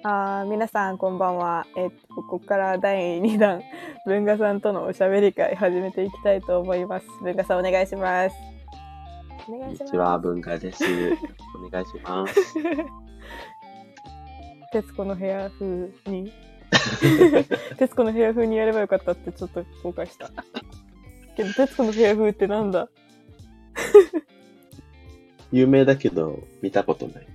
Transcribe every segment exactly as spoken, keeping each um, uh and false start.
あー皆さんこんばんは。えっと、ここからだいにだん、文雅さんとのおしゃべり会始めていきたいと思います。文雅さんお願いします。お願いします。 こんにちは、文雅です。お願いします。 徹子の部屋風に、徹子の部屋風にやればよかったってちょっと後悔した。けど、徹子の部屋風ってなんだ？ 有名だけど、見たことない。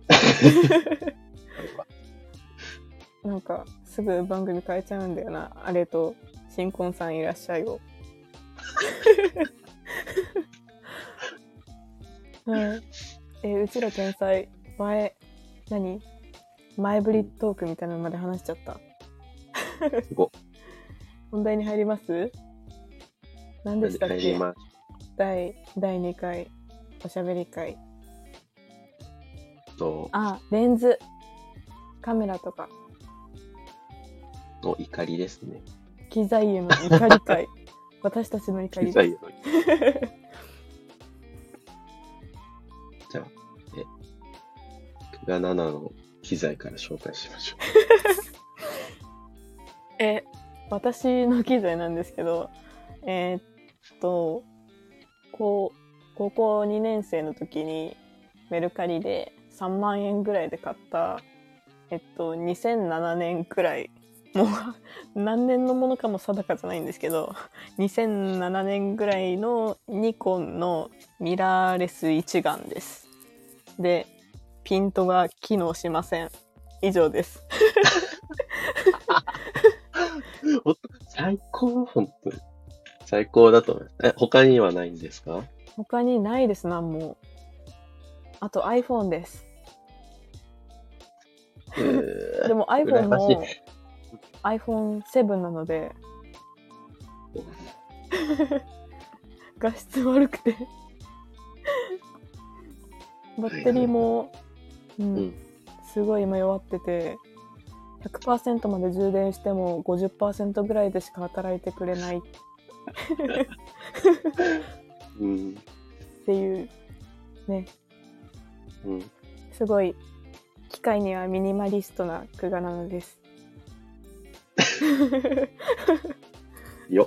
なんか、すぐ番組変えちゃうんだよな。あれと、新婚さんいらっしゃいを。はい。えーうちら天才、前、何前振りトークみたいなのまで話しちゃった。 すご本題に入ります？何でしたっけ？ 入ります。 第、第にかい、おしゃべり会。 と、 あ、レンズ。カメラとか。 の怒りですね。 機材への怒り会。私たちの怒りです。 機材のじゃあ、え、くがななの機材から紹介しましょえ、私の機材なんですけど、えーっと、こう、高校にねん生の時にメルカリでさんまんえんぐらいで買った、えっと、にせんななねんくらい、もう何年のものかも定かじゃないんですけど、にせんななねんぐらいのニコンのミラーレス一眼です。で、ピントが機能しません。以上です。 う。ほんと最高、本当に。最高だと思います。え、他にはないんですか？ 他にないです、なんも。あと iPhone です。 えー、 でも iPhone 羨ましい。 も アイフォンセブン なので画質悪くてバッテリーも、うん、うん、すごい今弱ってて ひゃくパーセント まで充電しても ごじゅっパーセント ぐらいでしか働いてくれないうん、 っていうね、 うん、 すごい機械にはミニマリストなクガナナですよ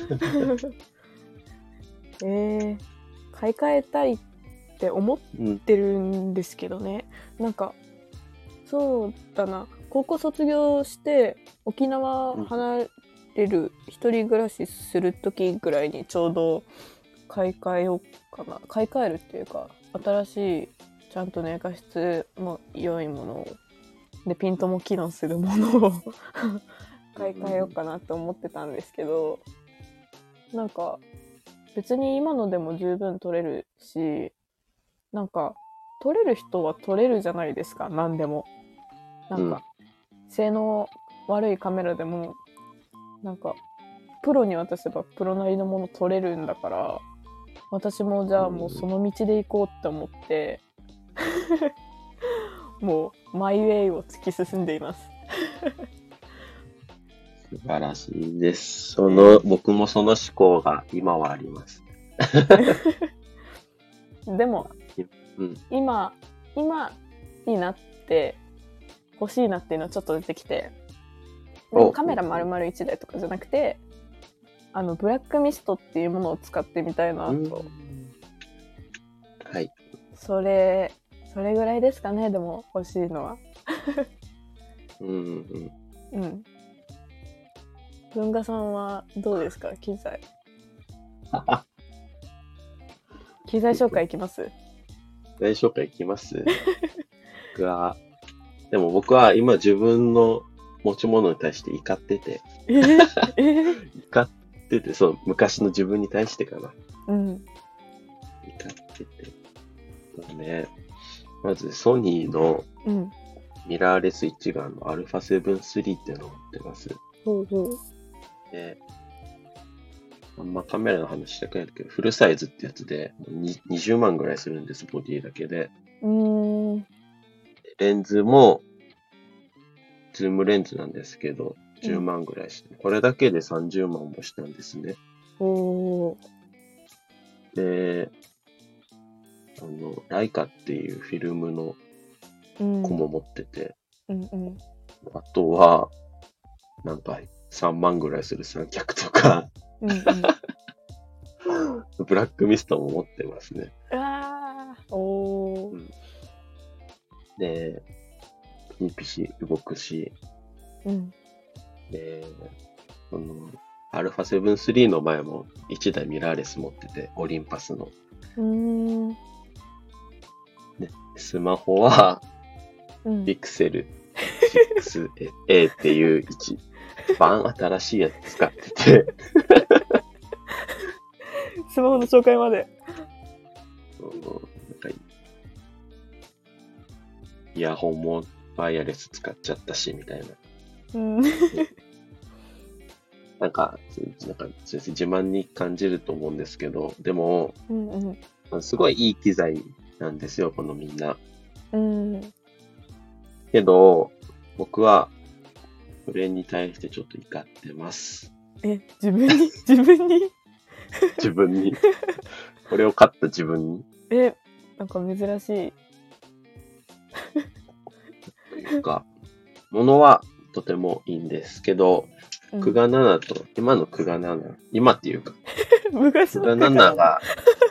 えー、買い替えたいって思ってるんですけどね、うん、なんかそうだな、高校卒業して沖縄離れる、一人暮らしする時ぐらいにちょうど買い替えようかな、買い替えるっていうか新しいちゃんとね画質も良いものをでピントも機能するものを買い替えようかなと思ってたんですけど、なんか別に今のでも十分撮れるし、なんか撮れる人は撮れるじゃないですか、何でも。なんか、うん、性能悪いカメラでもなんかプロに渡せばプロなりのもの撮れるんだから、私もじゃあもうその道で行こうって思ってもうマイウェイを突き進んでいます素晴らしいです。その、えー、僕もその思考が今はありますでも、うん、今今になって欲しいなっていうのはちょっと出てきて、でもカメラ丸々いちだいとかじゃなくて、あのブラックミストっていうものを使ってみたいなと。 はい。 それそれぐらいですかね。でも欲しいのは。 うんうんうん。文雅さんはどうですか、機材？機材紹介いきます？ 機材紹介いきます僕はでも僕は今自分の持ち物に対して怒ってて、 えーえー、 怒ってて、そう、昔の自分に対してかな。 うん。 怒ってて。だね。まずソニーのミラーレス一眼の アルファセブンスリー っていうのを持ってます。 ほうほう。 で、あんまカメラの話したくないけど、フルサイズってやつでにじゅうまんぐらいするんです、ボディだけで。 うーん。 レンズも、ズームレンズなんですけど、じゅうまんぐらいして、うん、これだけでさんじゅうまんもしたんですね。 おー。 で、あの、ライカっていうフィルムの子も持ってて、 うんうん。 あとは、なんかさんまんぐらいする三脚とか、 うんうん、 ブラックミストも持ってますね。 ああ、おー。うん、 で、ピシピシ動くし、 うん、 で、その、アルファセブンスリーの前もいちだいミラーレス持ってて、オリンパスの。 うーん。 で、スマホは、 うん、 ピクセル シックスエー っていう一番新しいやつ使っててスマホの紹介まで。 なんかイヤホンもワイヤレス使っちゃったし、みたいな。 うん、 なんか、なんか先生自慢に感じると思うんですけど、でも、 うんうん、 すごいいい機材なんですよ、このみんな。 うん。けど、僕は、それに対してちょっと怒ってます。 え、自分に自分に自分に。これを買った自分に。 え、なんか珍しい。 というか、ものはとてもいいんですけど、うん、クガななと、今のクガなな、今っていうか、 昔のクガななが、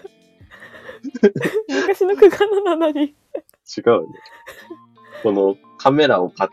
昔のクガなな何違うね。このカメラを買って、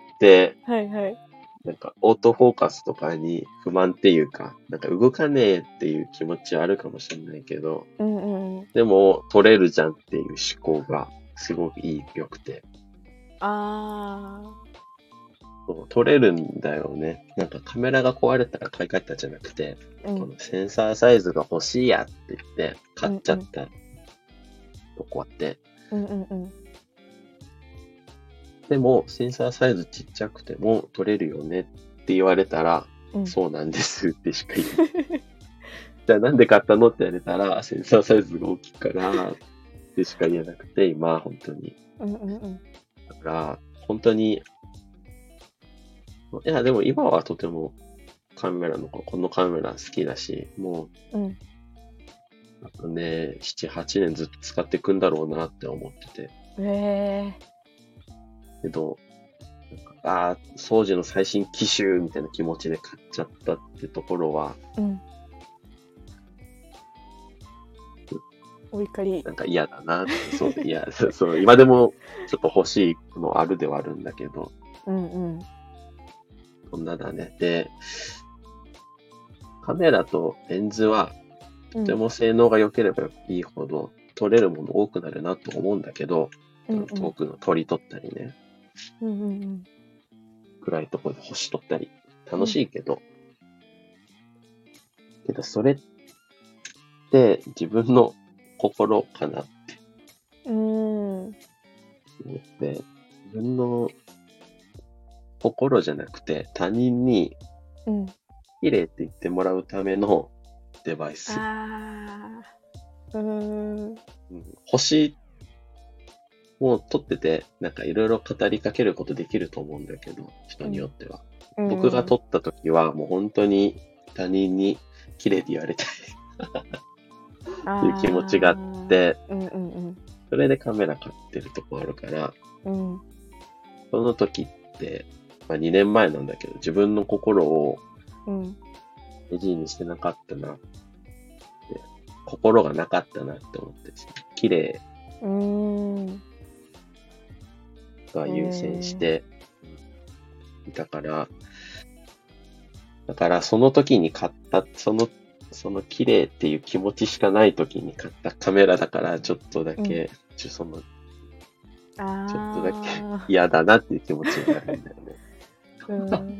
はいはい。 なんかオートフォーカスとかに不満っていうか、なんか動かねえっていう気持ちはあるかもしれないけど、 うんうん、 でも撮れるじゃんっていう思考がすごくいい、良くて。 あー。撮れるんだよね。なんかカメラが壊れたら買い替えたじゃなくて、うん、このセンサーサイズが欲しいやって言って買っちゃったとこあって。 うんうんうん、 でも、センサーサイズちっちゃくても撮れるよねって言われたら、うん、そうなんですってしか言えない。じゃあなんで買ったのって言われたら、センサーサイズが大きいからってしか言えなくて、今、本当に。 うんうんうん、 だから、本当に、いや、でも今はとてもカメラの、このカメラ好きだし、もう、うん、あとね、なな、はちねんずっと使っていくんだろうなって思ってて。 へえー。 けど、なんかああ、当時の最新機種みたいな気持ちで買っちゃったってところは、うん、 お怒り。 なんか嫌だなって、そう、いや、そう、今でもちょっと欲しいのあるではあるんだけど、 うんうん。 そんなだね。で、カメラとレンズは、とても性能が良ければいいほど、撮れるもの多くなるなと思うんだけど、うんうん、遠くの鳥撮ったりね、うんうんうん、暗いところで星撮ったり、楽しいけど、うん、けどそれって自分の心かなって思って、自分の心じゃなくて他人に綺麗って言ってもらうためのデバイス。あー、うーん、星を撮ってて、なんかいろいろ語りかけることできると思うんだけど、人によっては。うん、僕が撮った時はもう本当に他人に綺麗って言われたいっていう気持ちがあって、うんうんうん、それでカメラ買ってるとこあるから、うん、その時って、まあ、にねんまえなんだけど、自分の心を大事にしてなかったなって、心がなかったなって思って、綺麗が優先していたから、だからその時に買った、そのその綺麗っていう気持ちしかない時に買ったカメラだから、ちょっとだけ、うん、ちょそのちょっとだけ嫌だなっていう気持ちになるんだよね。うん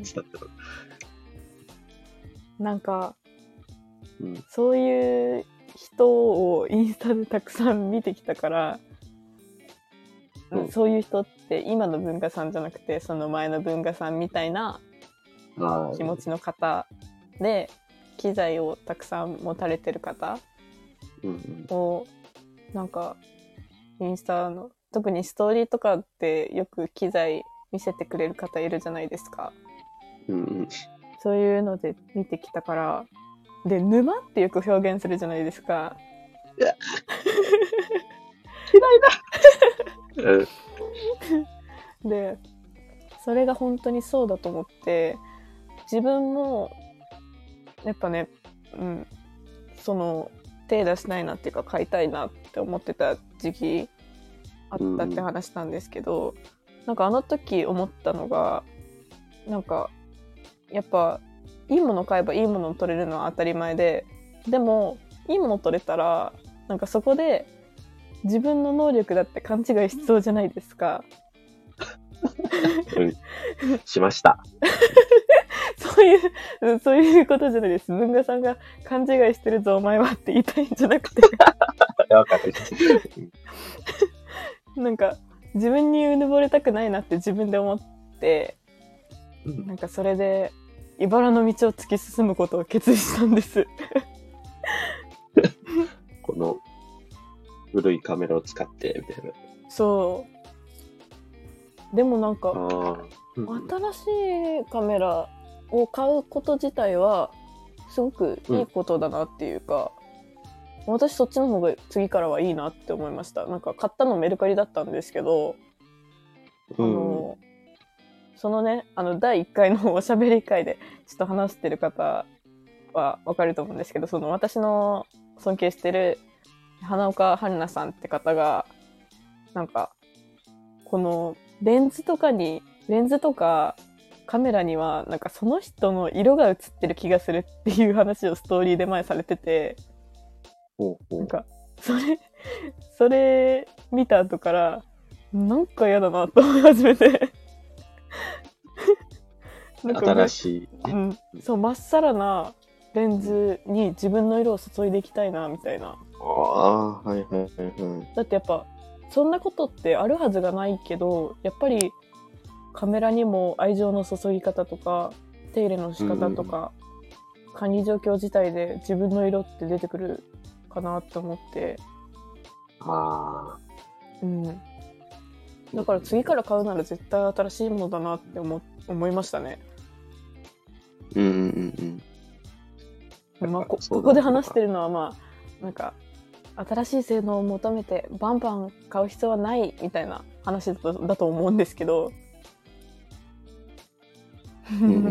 なんか、うん、そういう人をインスタでたくさん見てきたから、うん、そういう人って今の文化さんじゃなくてその前の文化さんみたいな気持ちの方で、機材をたくさん持たれてる方を、なんかインスタの特にストーリーとかってよく機材見せてくれる方いるじゃないですか、うんうん、そういうので見てきたから、で沼ってよく表現するじゃないですか。いや嫌いだでそれが本当にそうだと思って、自分もやっぱね、うん、その手出したいなっていうか買いたいなって思ってた時期あったって話したんですけど、うん、なんかあの時思ったのが、なんかやっぱいいもの買えばいいものを取れるのは当たり前で、でもいいもの取れたらなんかそこで自分の能力だって勘違いしそうじゃないですか。 うん、しました。 そういうそういうことじゃないです。文雅さんが勘違いしてるぞお前はって言いたいんじゃなくて分かってる。なんか自分にうぬぼれたくないなって自分で思って、うん、なんかそれで茨の道を突き進むことを決意したんです。 この古いカメラを使ってみたいな。 そう。でもなんか、うん、新しいカメラを買うこと自体はすごくいいことだなっていうか、うん、私そっちの方が次からはいいなって思いました。なんか買ったのメルカリだったんですけど、うん、あのそのね、あのだいいっかいのおしゃべり会でちょっと話してる方はわかると思うんですけど、その私の尊敬してる花岡春菜さんって方が、なんかこのレンズとかにレンズとかカメラにはなんかその人の色が映ってる気がするっていう話をストーリーで前されてて、 ほうほう、 なんかそれそれ見た後からなんか嫌だなと思い始めてなんか新しい、 うん、そうまっさらなレンズに自分の色を注いでいきたいなみたいな。 ああ、はいはいはいはい。 だってやっぱそんなことってあるはずがないけど、やっぱりカメラにも愛情の注ぎ方とか手入れの仕方とか、うん、管理状況自体で自分の色って出てくるかなって思って、 ああ、 うん、だから次から買うなら絶対新しいものだなって思思いましたね。 うんうんうん。まあ、こ, ここで話してるのはまあなんか新しい性能を求めてバンバン買う必要はないみたいな話だ と, だと思うんですけど。 うんうんうん、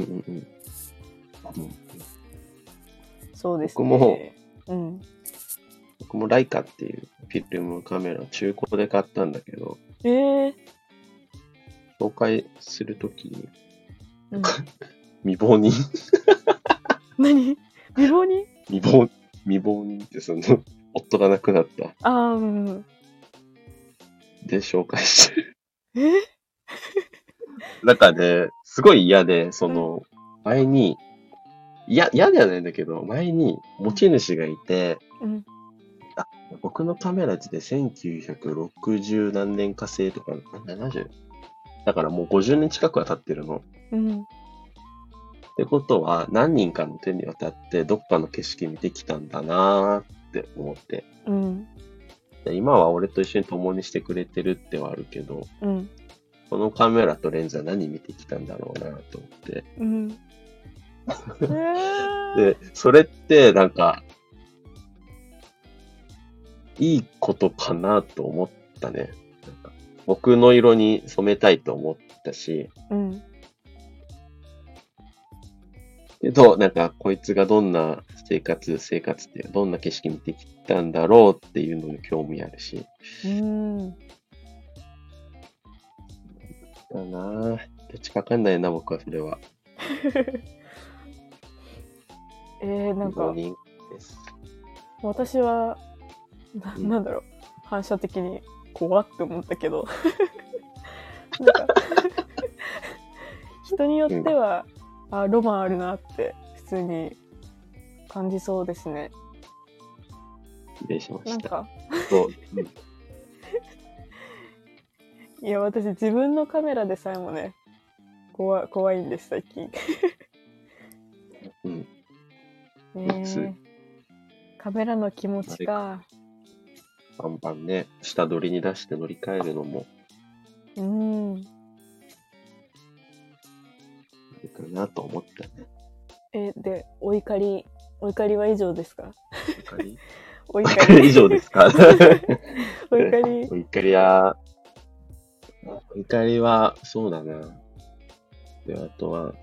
そうですね。 僕も、 うん、 僕もライカっていうフィルムカメラ中古で買ったんだけど、 えー、 紹介するときに、うん、未亡人何未亡人未亡未亡人ってその夫が亡くなったあ、うん、 で紹介してる。 え中ですごい嫌で、その前に嫌嫌ではないんだけど、前に持ち主がいて、うん、あ僕のカメラでせんきゅうひゃくろくじゅう何年か製とかななじゅうだからもうごじゅうねん近くは経ってるの。うん、ってことは何人かの手に渡ってどっかの景色見てきたんだなーって思って、うん、で今は俺と一緒に共にしてくれてるってはあるけど、うん、このカメラとレンズは何見てきたんだろうなと思って、うん、でそれってなんかいいことかなと思ったね。なんか僕の色に染めたいと思ったし、うん、けどなんかこいつがどんな生活生活っていうどんな景色見てきたんだろうっていうのに興味あるし、うんだなぁ。どっちかわかんないな僕はそれは。 えー、なんか私は な, なんだろう、うん、反射的に怖って思ったけどなんか人によっては、うん、あロマンあるなって普通に感じそうですね。 失礼しました。 なんかそう、うん、 いや私自分のカメラでさえもね怖怖いんです最近。うんねえ、カメラの気持ちか。 バンバンね、下取りに出して乗り換えるのも。うん。いいかなと思ったね。 え、で、お怒り、お怒りは以上ですか？ お怒りお怒り以上ですか？ お怒り。 お怒りは、お怒りは、そうだな。 で、あとは、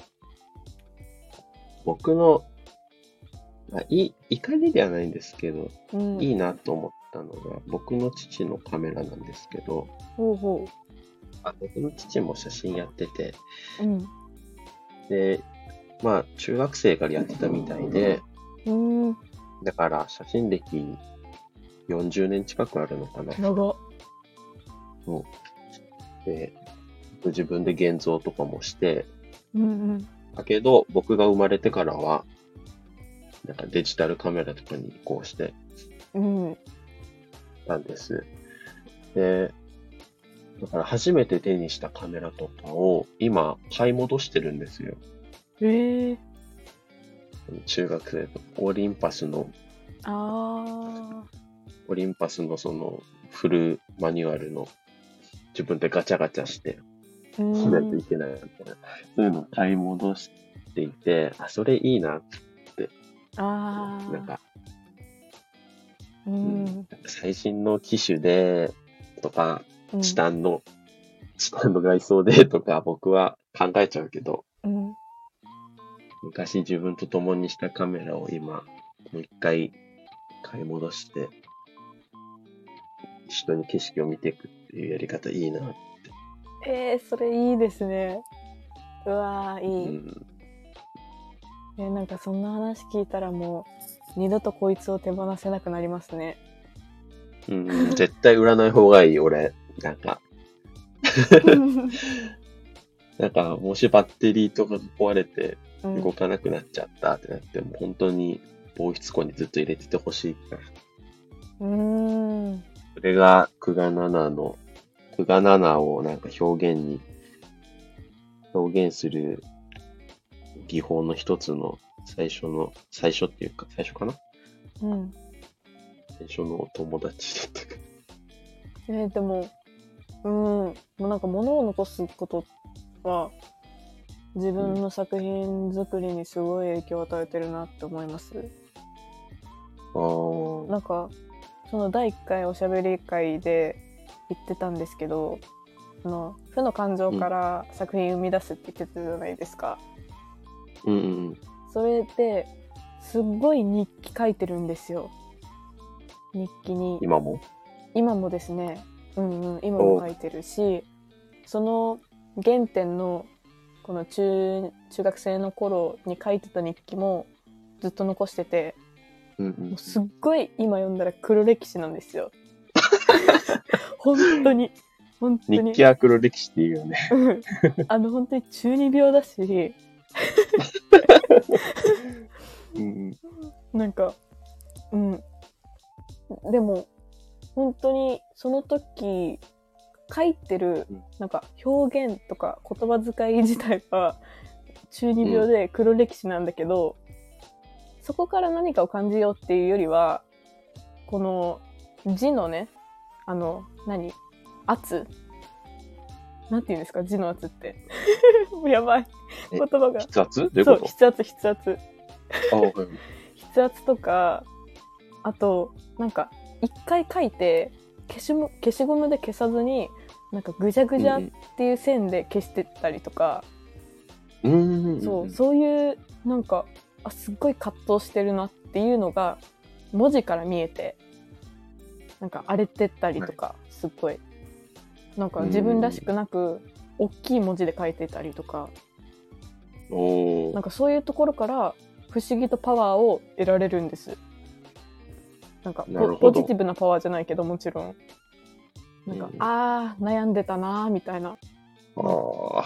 僕の、あいい、怒りではないんですけど、うん、いいなと思ったのが、僕の父のカメラなんですけど、 ほうほう。 あ、僕の父も写真やってて、 うん、 で、まあ、中学生からやってたみたいで、 うん、 だから写真歴よんじゅうねん近くあるのかな。 長っ。 そう。で、自分で現像とかもして、 うんうん、 だけど、僕が生まれてからは、なんかデジタルカメラとかに移行してたんです。で、だから初めて手にしたカメラとかを今買い戻してるんですよ。 へえ。 中学生とオリンパスの、 あオリンパスのそのフルマニュアルの自分でガチャガチャしてしないといけないみたいな、そういうのを買い戻していて、あ、それいいなって。 ああ。 なんか、 うん、 最新の機種でとか、チタンの、うん、チタンの外装でとか僕は考えちゃうけど、 うん、 昔自分と共にしたカメラを今もう一回買い戻して一緒に景色を見ていくっていうやり方いいなって。 えー、それいいですね。うわー、いい。うん、えー、なんかそんな話聞いたらもう二度とこいつを手放せなくなりますね。 うん、絶対売らない方がいい、俺。なんか。なんか、もしバッテリーとか壊れて動かなくなっちゃったってなっても、うん、本当に防湿庫にずっと入れててほしいから。 うーん。 それがクガナナの、クガナナをなんか表現に、表現する技法の一つの最初の、最初っていうか、最初かな？ うん。 最初の友達だったから。 えー、でも、うん、もうなんか物を残すことは、自分の作品作りにすごい影響を与えてるなって思います。 あー。 なんか、そのだいいっかいおしゃべり会で言ってたんですけど、あの負の感情から作品生み出すって言ってたじゃないですか。 うんうんうん。 それですっごい日記書いてるんですよ。日記に。 今も？ 今もですね。うんうん、今も書いてるし、その原点のこの 中, 中学生の頃に書いてた日記もずっと残してて、 うんうん、 もうすっごい今読んだら黒歴史なんですよ。本当に本当に日記は黒歴史っていうよね。 あの本当に中二病だし、うん、なんかうんでも本当にその時書いてるなんか表現とか言葉遣い自体は中二病で黒歴史なんだけど、うん、そこから何かを感じようっていうよりはこの字のね、あの何圧なんて言うんですか、字の圧ってやばい言葉が筆圧？どういうこと？ そう、筆圧筆圧あ、はい、 筆圧とか、あとなんか一回書いて消しも消しゴムで消さずになんかぐじゃぐじゃっていう線で消してったりとか、 うんうん、 そうそういうなんかあすっごい葛藤してるなっていうのが文字から見えて、なんか荒れてったりとか、はい、すっごいなんか自分らしくなく大きい文字で書いてたりとか、 おなんかそういうところから不思議とパワーを得られるんです。なんか ポ, ポジティブなパワーじゃないけどもちろんなんか、うん、あー悩んでたなーみたいな、 あー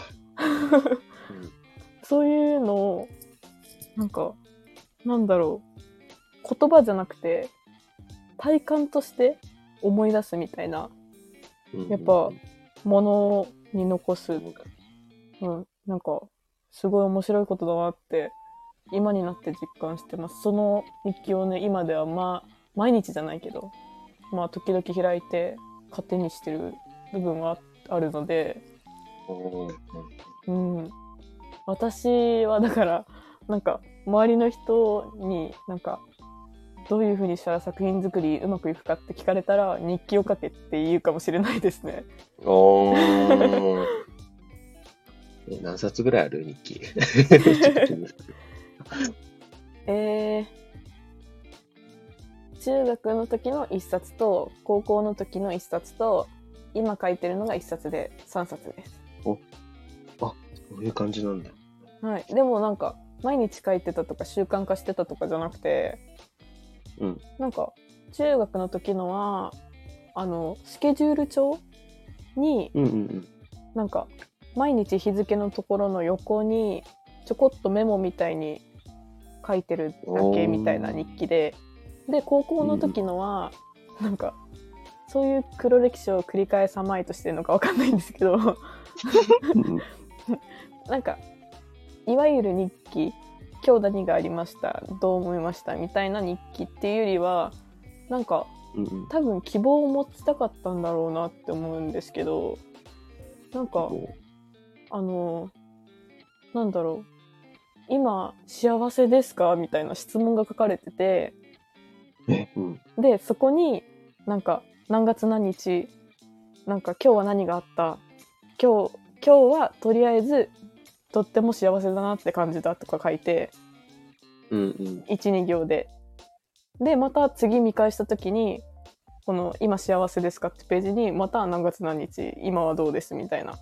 そういうのをなんかなんだろう、言葉じゃなくて体感として思い出すみたいな、やっぱ物に残す、うん、なんかすごい面白いことだなって今になって実感してます。その日記をね今ではまあ毎日じゃないけどまあ時々開いて糧にしてる部分はあるので、うん、私はだからなんか周りの人になんかどういう風にしたら作品作りうまくいくかって聞かれたら日記を書けって言うかもしれないですね。 おえ、何冊ぐらいある日記？ えー、中学の時のいっさつと高校の時のいっさつと今書いてるのがいっさつでさんさつです。 お、あ、そういう感じなんだ。 はい。でもなんか毎日書いてたとか習慣化してたとかじゃなくて、 うん、 なんか中学の時のはあのスケジュール帳に、 うんうんうん、 なんか毎日日付のところの横にちょこっとメモみたいに書いてるだけみたいな日記で、で高校の時のは、うん、なんかそういう黒歴史を繰り返さまいとしてるのかわかんないんですけどなんかいわゆる日記、今日何がありました、どう思いましたみたいな日記っていうよりは、なんか、うんうん、多分希望を持ちたかったんだろうなって思うんですけど、なんかあのなんだろう、今幸せですかみたいな質問が書かれてて、 うん、 でそこになんか何月何日、なんか今日は何があった、今日今日はとりあえずとっても幸せだなって感じだとか書いて、 うんうん、 いち、に行で、でまた次見返した時にこの今幸せですかってページにまた何月何日、今はどうですみたいな、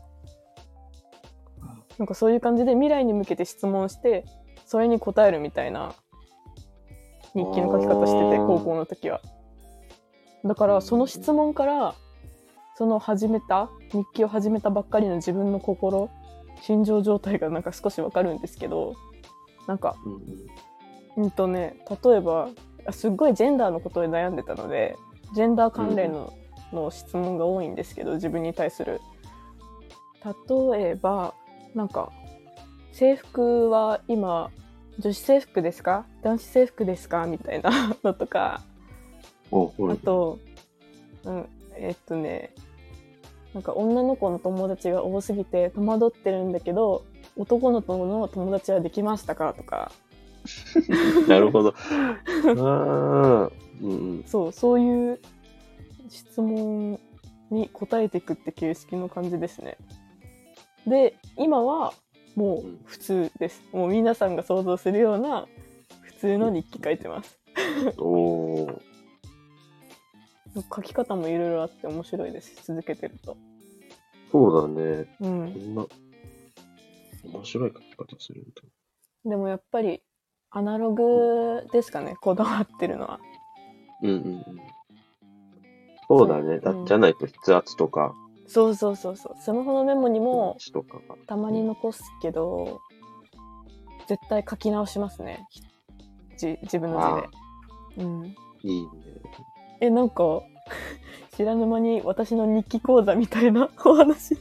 なんかそういう感じで未来に向けて質問してそれに答えるみたいな日記の書き方してて、高校の時は。だからその質問からその始めた日記を始めたばっかりの自分の心、心情状態がなんか少しわかるんですけど、なんかうんとね、例えばすっごいジェンダーのことで悩んでたのでジェンダー関連 の,、うん、の質問が多いんですけど、自分に対する。例えばなんか制服は今女子制服ですか男子制服ですかみたいなのとか、あと、うん、えー、っとねなんか女の子の友達が多すぎて戸惑ってるんだけど男の子の友達はできましたかとかなるほどあ、うん、 そうそういう質問に答えていくって形式の感じですね。で今はもう普通です、うん、もう皆さんが想像するような普通の日記書いてますおー、 書き方もいろいろあって面白いです、続けてると。 そうだね、 うん、 こんな面白い書き方するんだ。 でもやっぱりアナログですかね、うん、こだわってるのは。 うんうんうん、そうだね、だ、うん、じゃないと筆圧とか、 そうそうそうそう、スマホのメモにもたまに残すけど、うん、絶対書き直しますね、じ自分の字で。うん、いいね。え、なんか知らぬ間に私の日記講座みたいなお話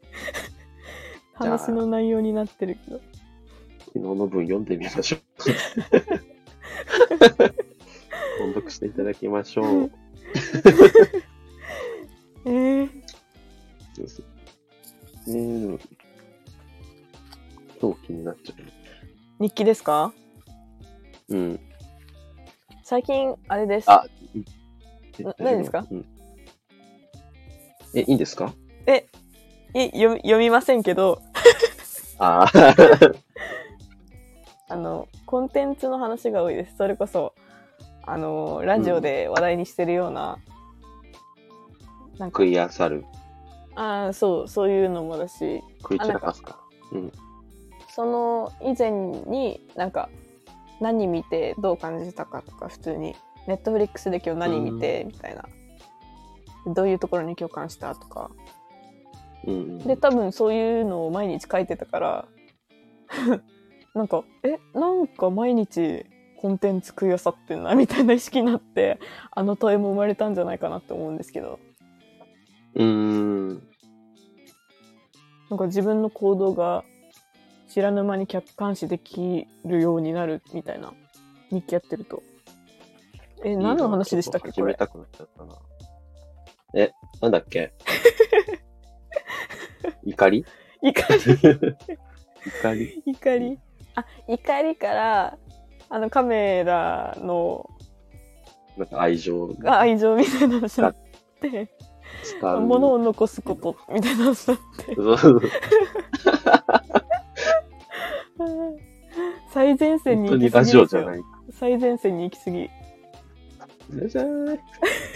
話の内容になってるけど、 昨日の文読んでみましょう音読していただきましょうえー、 そうそう、ねえ、でも超気になっちゃう。 日記ですか？ うん。 最近あれです。 あ、 な何ですか？ うん、え、いいんですか？ え、い読み読みませんけど。 ああ。 あのコンテンツの話が多いです。それこそあのラジオで話題にしてるような、 うん、なんか食いあさる。 ああ、そうそういうのもだし、 食い散らかすか。うん。 その以前になんか何見てどう感じたかとか、普通にネットフリックスで今日何見てみたいな、うん、どういうところに共感したとか、うんうん、で多分そういうのを毎日書いてたからなんかえなんか毎日コンテンツ食いあさってんなみたいな意識になって、あの問いも生まれたんじゃないかなって思うんですけど、 うーん、 なんか自分の行動が知らぬ間に客観視できるようになるみたいな日記やってると。え、何の話でしたっけこれ。 始めたくなっちゃったな。え、なんだっけ怒り怒り怒り怒りあ、怒りからあのカメラのなんか愛情愛情みたいな話になって使う。 物を残すことみたいなのだって。最前線に行き過ぎですよ。本当にラジオじゃない。最前線に行き過ぎ。 じゃーい。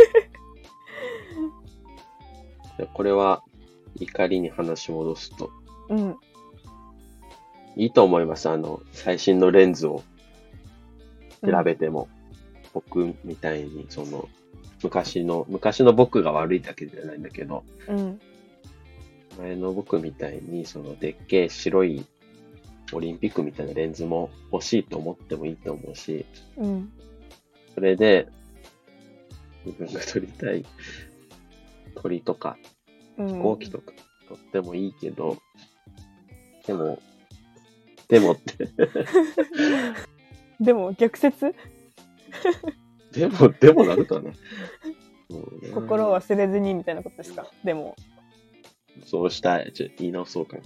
これは怒りに話戻すと、 うん、 いいと思います。あの最新のレンズを比べても、うん、僕みたいにその昔の昔の僕が悪いだけじゃないんだけど、 うん、 前の僕みたいにそのでっけえ白いオリンピックみたいなレンズも欲しいと思ってもいいと思うし、 うん、 それで自分が撮りたい鳥とか飛行機とか撮ってもいいけど、うん、でもでもってでも逆説でもでもなるかな、 心を忘れずにみたいなことですか。でもそうしたい。ちょっと言い直そうか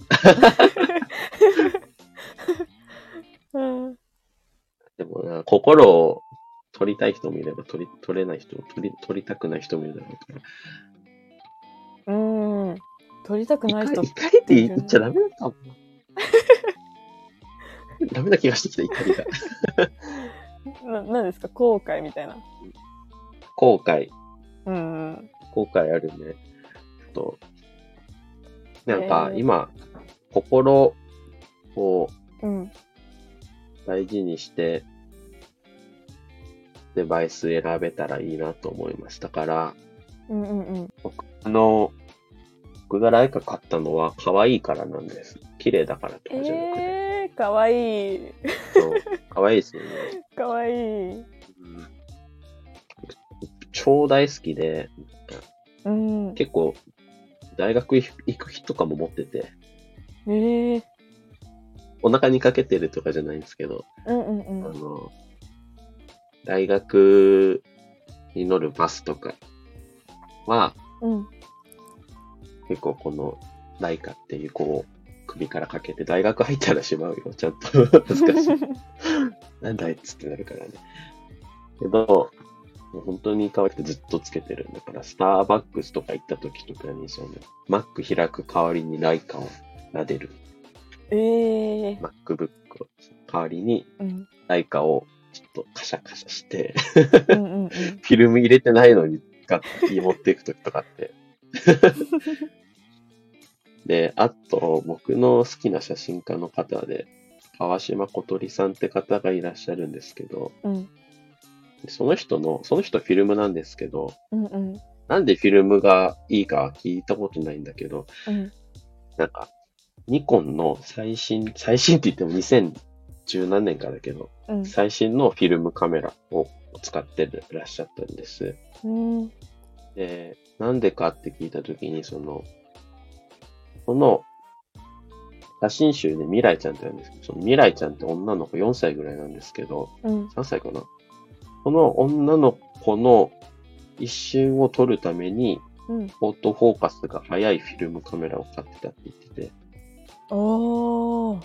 な、うん、でもな、心を取りたい人もいれば取り取れない人も取り取りたくない人もいるだろうから。 うーん。取りたくない人って怒りって言っちゃダメだったもん。ダメな気がしてきた、怒りが。 な、なんですか、後悔みたいな。 後悔。 うん、うん。 後悔あるね。と、なんか、えー、今、心を大事にして、デバイス選べたらいいなと思いましたから、 うんうんうん、 僕あの、僕がライカ買ったのは可愛いからなんです。綺麗だからとかじゃなくて。 えー、可愛い。 そう、可愛いですよね。 可愛い、うん。 超大好きで、 うん、 結構大学行く日とかも持ってて、 えー、 お腹にかけてるとかじゃないんですけど、 うんうんうん、 あの大学に乗るバスとかは、 うん、 結構このライカっていうこう首からかけて大学入ったらしまうよ、ちゃんと恥ずかしいなんだいっつってなるからね。けどもう本当に可愛くてずっとつけてるんだから、スターバックスとか行った時とかにそのマック開く代わりにライカを撫でる。 えー、 MacBook を代わりにライカをちょっとカシャカシャしてうんうん、うん、フィルム入れてないのにガッて持っていく時とかってで、あと僕の好きな写真家の方で川島小鳥さんって方がいらっしゃるんですけど、 うん、 その人のその人フィルムなんですけど、 うんうん、 なんでフィルムがいいかは聞いたことないんだけど、 うん、 なんかニコンの最新最新って言ってもにせんじゅう何年からだけど、うん、最新のフィルムカメラを使ってらっしゃったんです。 うん、 で、なんでかって聞いたときに、その、この写真集で未来ちゃんって言うんですけど、その未来ちゃんって女の子よんさいぐらいなんですけど、 うん、 さんさいかな。この女の子の一瞬を撮るために、うん、オートフォーカスが速いフィルムカメラを買ってたって言ってて。 おー。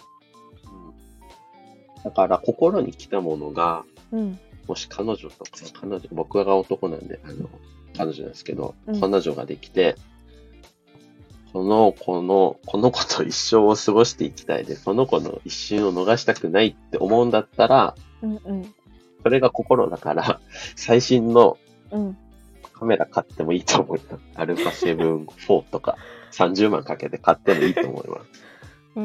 だから心に来たものが、 うん、 もし彼女とか、彼女、僕が男なんで、あの、彼女なんですけど、 うん、 彼女ができて、この子の、この子と一生を過ごしていきたいで、この子の一瞬を逃したくないって思うんだったら、 うんうん、 それが心だから、最新のうんカメラ買ってもいいと思います。アルファセブンフォーとかさんじゅうまんかけて買ってもいいと思います。 うん、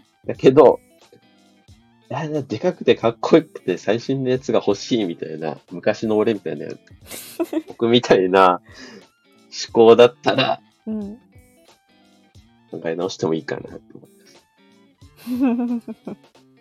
だけど、いやでかくてかっこよくて最新のやつが欲しいみたいな、昔の俺みたいな、僕みたいな思考だったら、 うん、 考え直してもいいかなと思います。か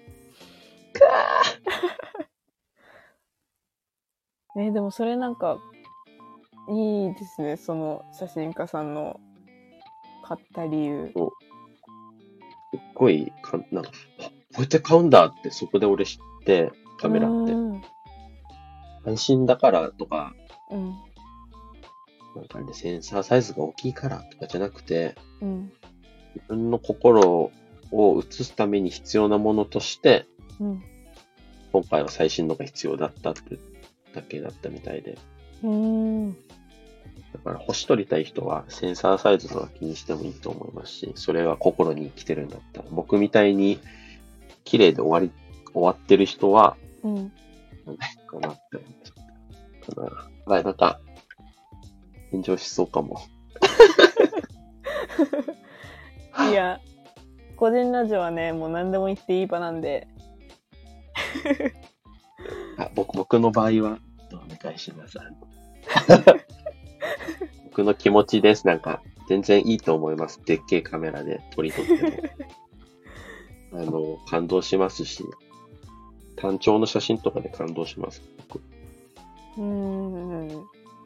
ーね、でもそれなんかいいですね、その写真家さんの買った理由。 そうすっごいかなんかこうやって買うんだってそこで俺知って、カメラって安心だからとか、 うん、 なんかね、センサーサイズが大きいからとかじゃなくて、 うん、 自分の心を映すために必要なものとして、 うん、 今回は最新のが必要だったってだけだったみたいで。 うーんだから星取りたい人はセンサーサイズとか気にしてもいいと思いますし、それが心に生きてるんだったら、僕みたいに綺麗で終わり、終わってる人は、 うん。 なんかなって思っちゃった。だから、なんか、炎上しそうかも。 いや、個人ラジオはね、もう何でも言っていい場なんで。 あ、僕、僕の場合は、お願いします。僕の気持ちです。なんか、全然いいと思います。でっけえカメラで撮り撮っても。あの、感動しますし、単調の写真とかで感動します。僕うーん。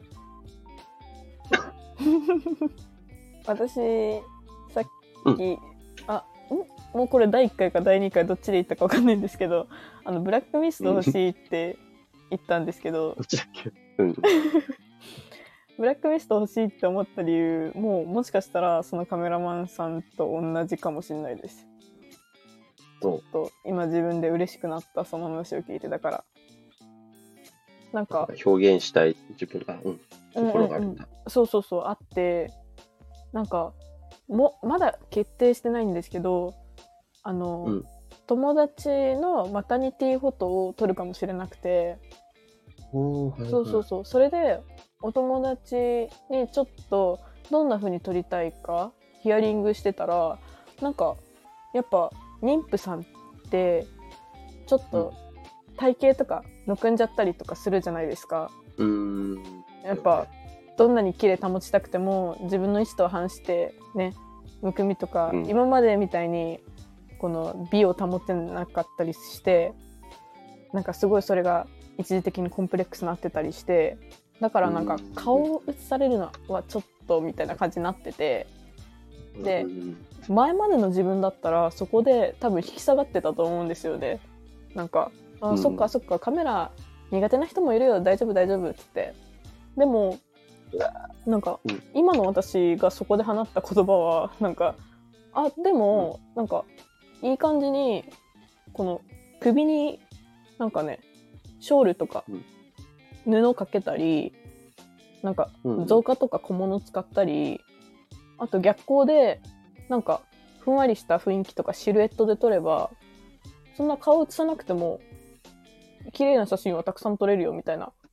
私、さっき、うん、あ、んもうこれだいいっかいかだいにかいどっちで言ったかわかんないんですけど、あの、ブラックミスト欲しいって言ったんですけど、 どっちだっけ？うん。 ブラックミスト欲しいって思った理由、もうもしかしたらそのカメラマンさんと同じかもしれないです。ちょっと今自分で嬉しくなった、その話を聞いて。だからなんか表現したい自分が、うん、ところがあるんだ、 うんうんうん、そうそうそう、あって、なんかもまだ決定してないんですけど、あの、うん、友達のマタニティフォトを撮るかもしれなくて、 おー、はいはい、 そうそうそう、それでお友達にちょっとどんな風に撮りたいかヒアリングしてたら、なんかやっぱ妊婦さんってちょっと体型とかむくんじゃったりとかするじゃないですか。 うーん、 やっぱどんなに綺麗保ちたくても自分の意思と反してね、むくみとか、うん、今までみたいにこの美を保てなかったりして、なんかすごいそれが一時的にコンプレックスになってたりして、だからなんか顔を映されるのはちょっとみたいな感じになってて、で前までの自分だったらそこで多分引き下がってたと思うんですよね。なんかあ、うん、そっかそっか、カメラ苦手な人もいるよ、大丈夫大丈夫っつって。でもなんか、うん、今の私がそこで放った言葉はなんか、あ、でも、うん、なんかいい感じにこの首になんかね、ショールとか布をかけたり、なんか造花とか小物使ったり、あと逆光でなんかふんわりした雰囲気とかシルエットで撮れば、そんな顔映さなくても綺麗な写真はたくさん撮れるよみたいな。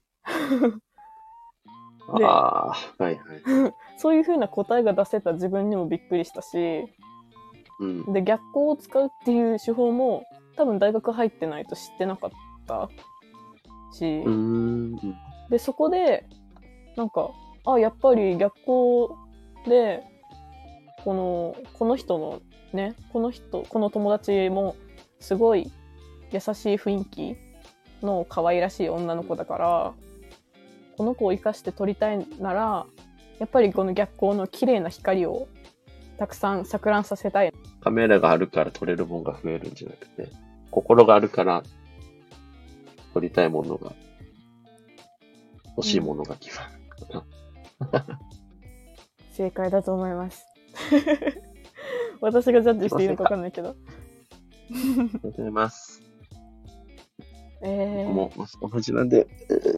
で、あー、はいはい。 そういう風な答えが出せた自分にもびっくりしたし、うん、で逆光を使うっていう手法も多分大学入ってないと知ってなかったし、 うーん、 でそこでなんか、あ、やっぱり逆光でこのこの人のね、この人この友達もすごい優しい雰囲気の可愛らしい女の子だから、この子を生かして撮りたいなら、やっぱりこの逆光の綺麗な光をたくさん錯乱させたい。 カメラがあるから撮れるものが増えるんじゃなくて、心があるから撮りたいものが、欲しいものが決まる、うん、 正解だと思います。私がジャッジしていいのか分かんないけど。 ありがとうございます。 えー、 もう同じなんで。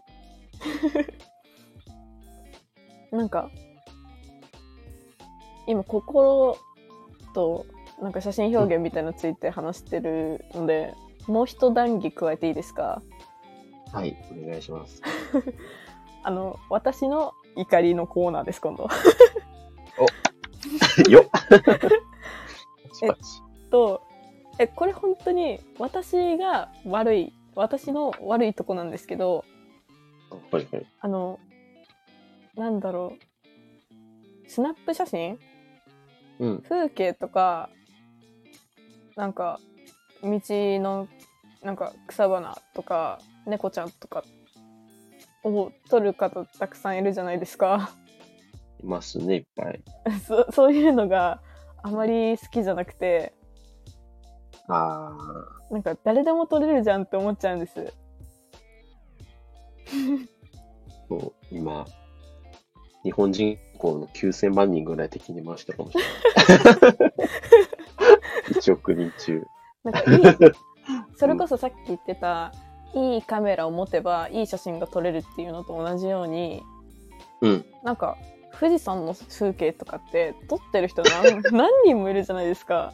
なんか今心となんか写真表現みたいなのついて話してるので、うん、もう一談義加えていいですか？ はい、お願いします。 あの私の怒りのコーナーです、今度。 およっ。 えっとえこれ本当に私が悪い私の悪いとこなんですけど、 はいはい、 あのなんだろう、スナップ写真、 うん、 風景とかなんか道のなんか草花とか猫ちゃんとかを撮る方たくさんいるじゃないですか。 いますね、いっぱい。 そ, そういうのがあまり好きじゃなくて、 あなんか誰でも撮れるじゃんって思っちゃうんです。 そう今日本人口のきゅうせんまんにんぐらい敵に回したかもしれない。いちおくにん中。 なんかいいそれこそさっき言ってた、うん、いいカメラを持てばいい写真が撮れるっていうのと同じように、 うん。 なんか、富士山の風景とかって撮ってる人何何人もいるじゃないですか。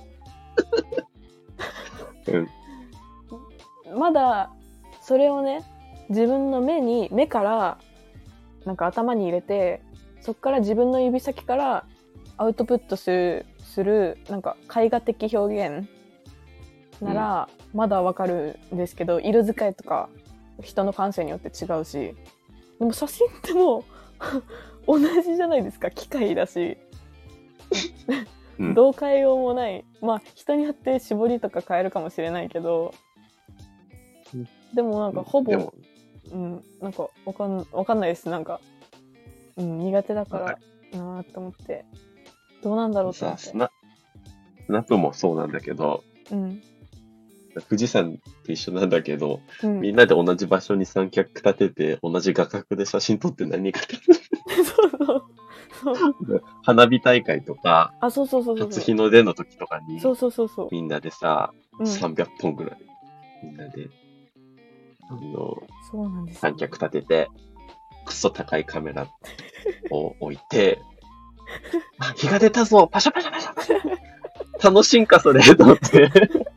うん。 まだ、それをね、自分の目に、目から、なんか頭に入れて、そっから自分の指先からアウトプットする、するなんか絵画的表現なら、まだわかるんですけど、うん、色使いとか人の感性によって違うし、でも写真ってもう同じじゃないですか。機械だし、うん、どう変えようもない。まあ人によって絞りとか変えるかもしれないけど、うん、でもなんかほぼ、うん、なんかわかん、わかんないです。なんか、うん、苦手だからなと思って、どうなんだろうと思って。 さ、スナ、スナップもそうなんだけど、 うん、富士山と一緒なんだけど、うん、みんなで同じ場所に三脚立てて、同じ画角で写真撮って何かそうそうそう花火大会とか、 あ、そうそうそうそう。 初日の出の時とかに、 そうそうそうそう。 みんなでさ、 うん、 さんびゃっぽんぐらい、みんなで、あの、 そうなんです、ね、 三脚立てて、クソ高いカメラを置いて、日が出たぞパシャパシャパシャパシャ楽しいんかそれと思って。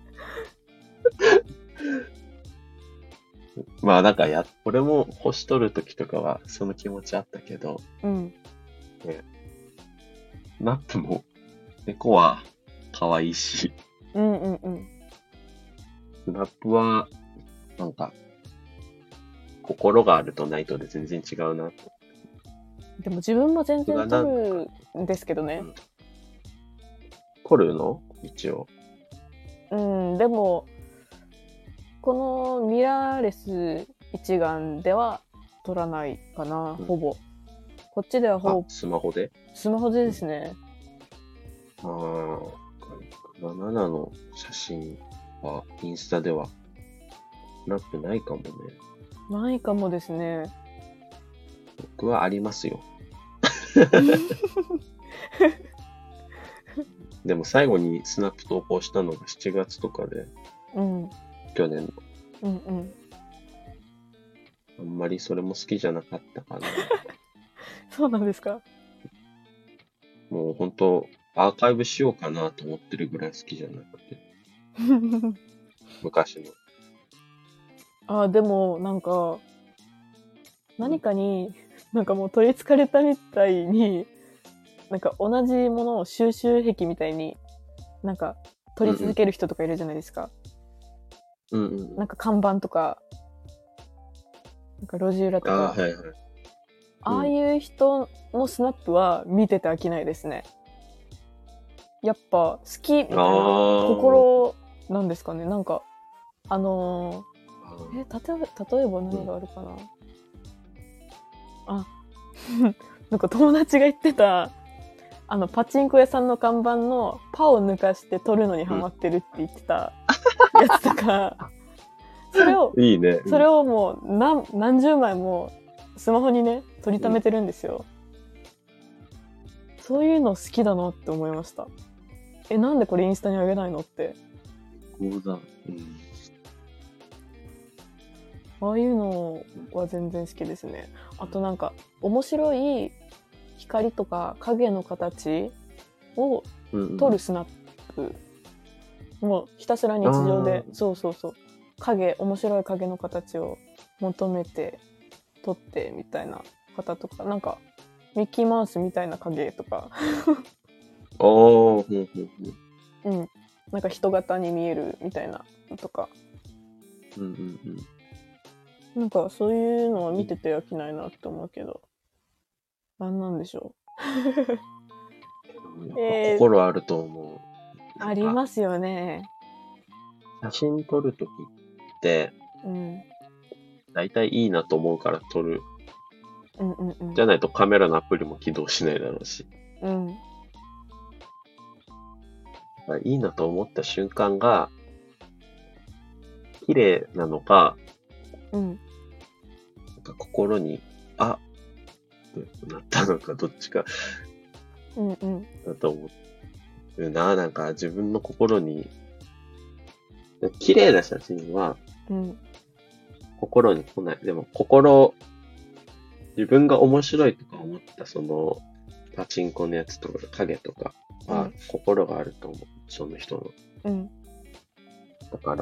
まあなんかや、俺も星取るときとかはその気持ちあったけど、 うん。 ね、ナップも猫は可愛いし、 うんうんうん。 ナップはなんか心があるとないとで全然違うなと。 でも自分も全然取るんですけどね。うん、 取るの一応。 うん、でもこのミラーレス一眼では撮らないかな、うん、ほぼ。こっちではほぼ。 スマホでスマホでですね。 うん、ああ、ななの写真はインスタではナップないかもね。 ないかもですね。 僕はありますよ。でも最後にスナップ投稿したのがしちがつとかで、 うん、 去年の。 うんうん。 あんまりそれも好きじゃなかったかな。 そうなんですか？ もう本当アーカイブしようかなと思ってるぐらい好きじゃなくて。昔の。 あ、でもなんか、何かに、なんかもう取り憑かれたみたいに、なんか同じものを収集癖みたいになんか取り続ける人とかいるじゃないですか。 うんうん。 なんか看板とか、なんか路地裏とか。 あ、はいはい。 ああいう人のスナップは見てて飽きないですね。やっぱ好きみたいな心なんですかね。なんか、あのー、え、例えば、例えば何があるかな。うん、あ、なんか友達が言ってた、あの、パチンコ屋さんの看板のパを抜かして撮るのにハマってるって言ってたやつとか、それを、 いいね。 それをもう何、何十枚もスマホにね、撮りためてるんですよ。うん、そういうの好きだなって思いました。え、なんでこれインスタに上げないのって。 そうだ。うん。 ああいうのは全然好きですね。あとなんか、面白い光とか影の形を撮るスナップ。うんうん、もうひたすら日常で、そうそうそう。影、面白い影の形を求めて撮ってみたいな方とか、なんかミッキーマウスみたいな影とか。 おー、 うん。なんか人型に見えるみたいなのとか。 うんうんうん。 なんかそういうのは見てて飽きないなって思うけど。なんなんでしょう。えー、心あると思う。 ありますよね。 写真撮るときって、 うん、 だいたいいいなと思うから撮る。 うんうんうん、 じゃないとカメラのアプリも起動しないだろうし。 うん、 いいなと思った瞬間が、綺麗なのか、 うん、 なんか心に、あってなったのか、どっちか、 うんうん、 だと思うな。なんか自分の心に、綺麗な写真は、 うん、 心に来ない。でも、心自分が面白いとか思ったそのパチンコのやつとか影とかは、うん、心があると思う、その人の。 うん。 だから。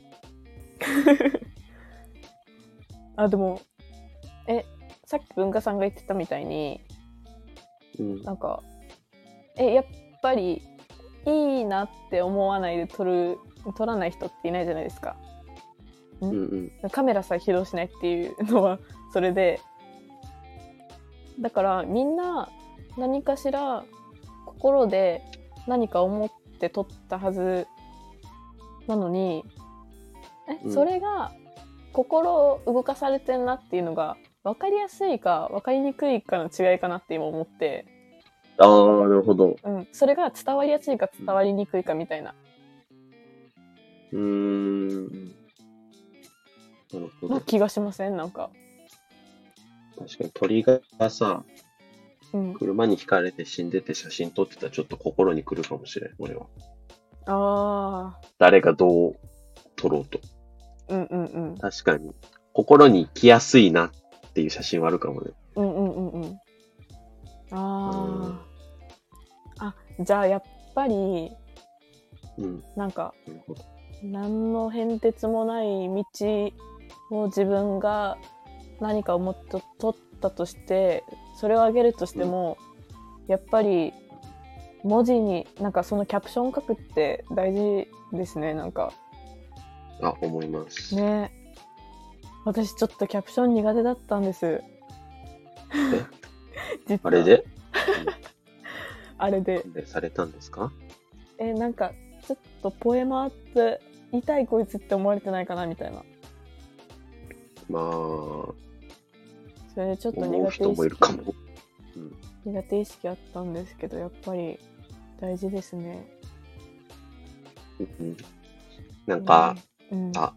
あ、でも、え、さっき文化さんが言ってたみたいに、 うん、 なんか、え、やっぱりいいなって思わないで撮る、撮らない人っていないじゃないですか。 ん、うんうん、 カメラさえ起動しないっていうのはそれで、だからみんな何かしら心で何か思って撮ったはずなのに、え、うん、それが心を動かされてるなっていうのが分かりやすいか分かりにくいかの違いかなって今思って。 ああ、なるほど。 うん、それが伝わりやすいか伝わりにくいかみたいな。 うーん。なるほど。 な気がしません？なんか。 確かに鳥がさ、 うん、 車にひかれて死んでて写真撮ってたらちょっと心に来るかもしれん、俺は。 ああ。 誰がどう撮ろうと。 うんうんうん。 確かに。心に来やすいなっていう写真はあるかもね。 うんうんうんうん。ああ。あ、じゃあやっぱり、 うん、 なんか、何の変哲もない道を自分が何か思って撮ったとして、それをあげるとしても、うん、やっぱり文字に、なんかそのキャプション書くって大事ですね、なんか。 あ、思います。 ね。私ちょっとキャプション苦手だったんです。 えあれであれで。 でされたんですか？ え、なんか、ちょっとポエマーって痛いこいつって思われてないかなみたいな。 まあ、 それでちょっと苦手意識。 思う人もいるかも。 うん、苦手意識あったんですけど、やっぱり大事ですね。 うん、なんか、 うん、 あ、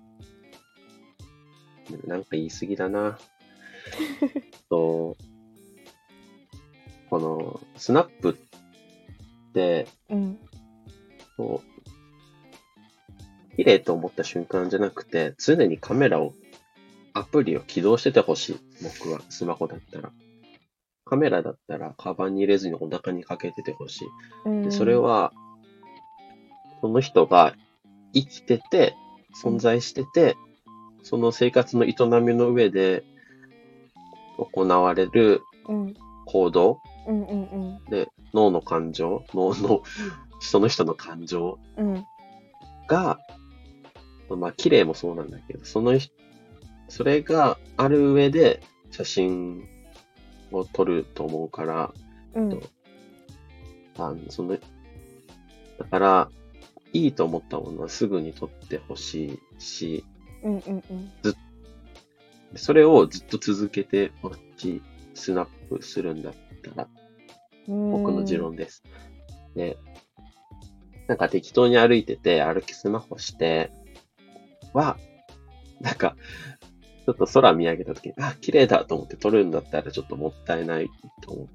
なんか言い過ぎだな。と、このスナップって、 うん、 こう綺麗と思った瞬間じゃなくて、常にカメラを、アプリを起動しててほしい。僕は、スマホだったら。カメラだったら、カバンに入れずにお腹にかけててほしい。で、それは、その人が生きてて、存在してて、うん、その生活の営みの上で行われる行動、 うんうんうん、 で、脳の感情、脳の、その人の感情が、うん、まあ、綺麗もそうなんだけど、その人、それがある上で写真を撮ると思うから、 うん、 あのそのだから、いいと思ったものはすぐに撮ってほしいし、 うんうんうん、 ずそれをずっと続けてほしい、スナップするんだったら、僕の持論です。で、なんか適当に歩いてて、歩きスマホして、は、なんか、ちょっと空見上げたときに、あ、綺麗だと思って撮るんだったらちょっともったいないと思った。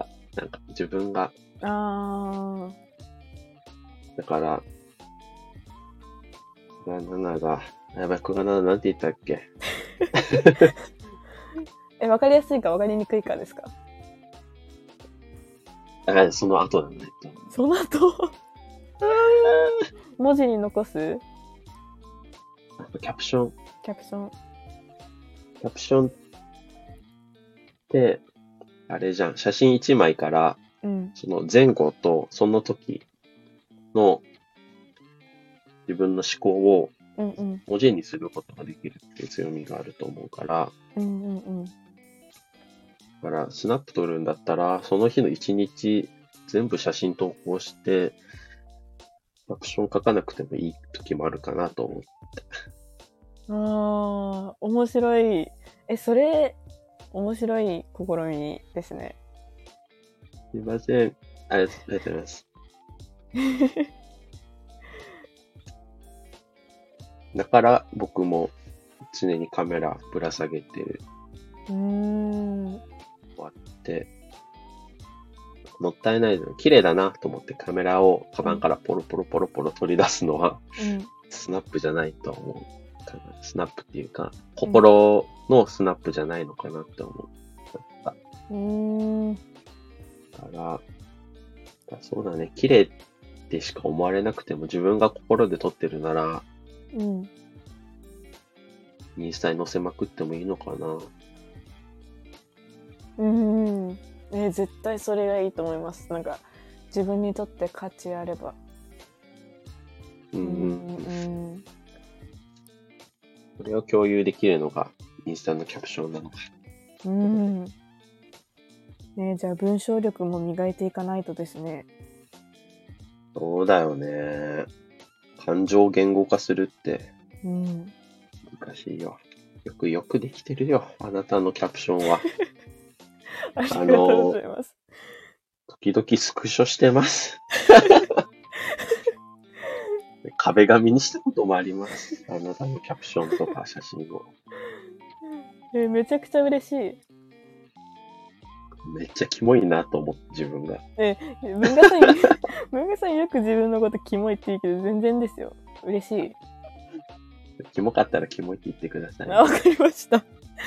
なんか自分が、 あだから、くがななが、やばい、くがなななんて言ったっけえ、わかりやすいかわかりにくいかですか？ あ、その後なんだよ。 その後文字に残す？ キャプション。 キャプション。 キャプションって、あれじゃん、写真いちまいから、うん、その前後とその時の自分の思考を文字にすることができるっていう強みがあると思うから、 うんうんうん、 だからスナップ撮るんだったら、その日の一日全部写真投稿して、キャプション書かなくてもいい時もあるかなと思って。 ああ、面白い。え、それ、面白い試みですね。 すいません。ありがとうございます。だから僕も常にカメラぶら下げてる。 うーん。 こうやって、もったいないの。綺麗だなと思ってカメラをカバンからポロポロポロポロ取り出すのは、うん、スナップじゃないと思う。 かな。スナップっていうか、心のスナップじゃないのかなって思った。 うーん。 だから、そうだね。綺麗ってしか思われなくても自分が心で撮ってるなら、 うん。 インスタに載せまくってもいいのかな。 うん。ね、絶対それがいいと思います。なんか、自分にとって価値あれば。 うんうん。 うんうん。 それを共有できるのがインスタのキャプションなのか。 うん。ね、じゃあ文章力も磨いていかないとですね。 そうだよね。感情を言語化するってうん。 難しいよ。よくよくできてるよ。あなたのキャプションは。 ありがとうございます。 時々スクショしてます。壁紙にしたこともあります。あなたのキャプションとか写真を。 え、めちゃくちゃ嬉しい。 めっちゃキモいなと思って自分が。 え、文賀さん、文賀さんよく自分のことキモいって言うけど全然ですよ。嬉しい。 キモかったらキモいって言ってください。 あ、わかりました。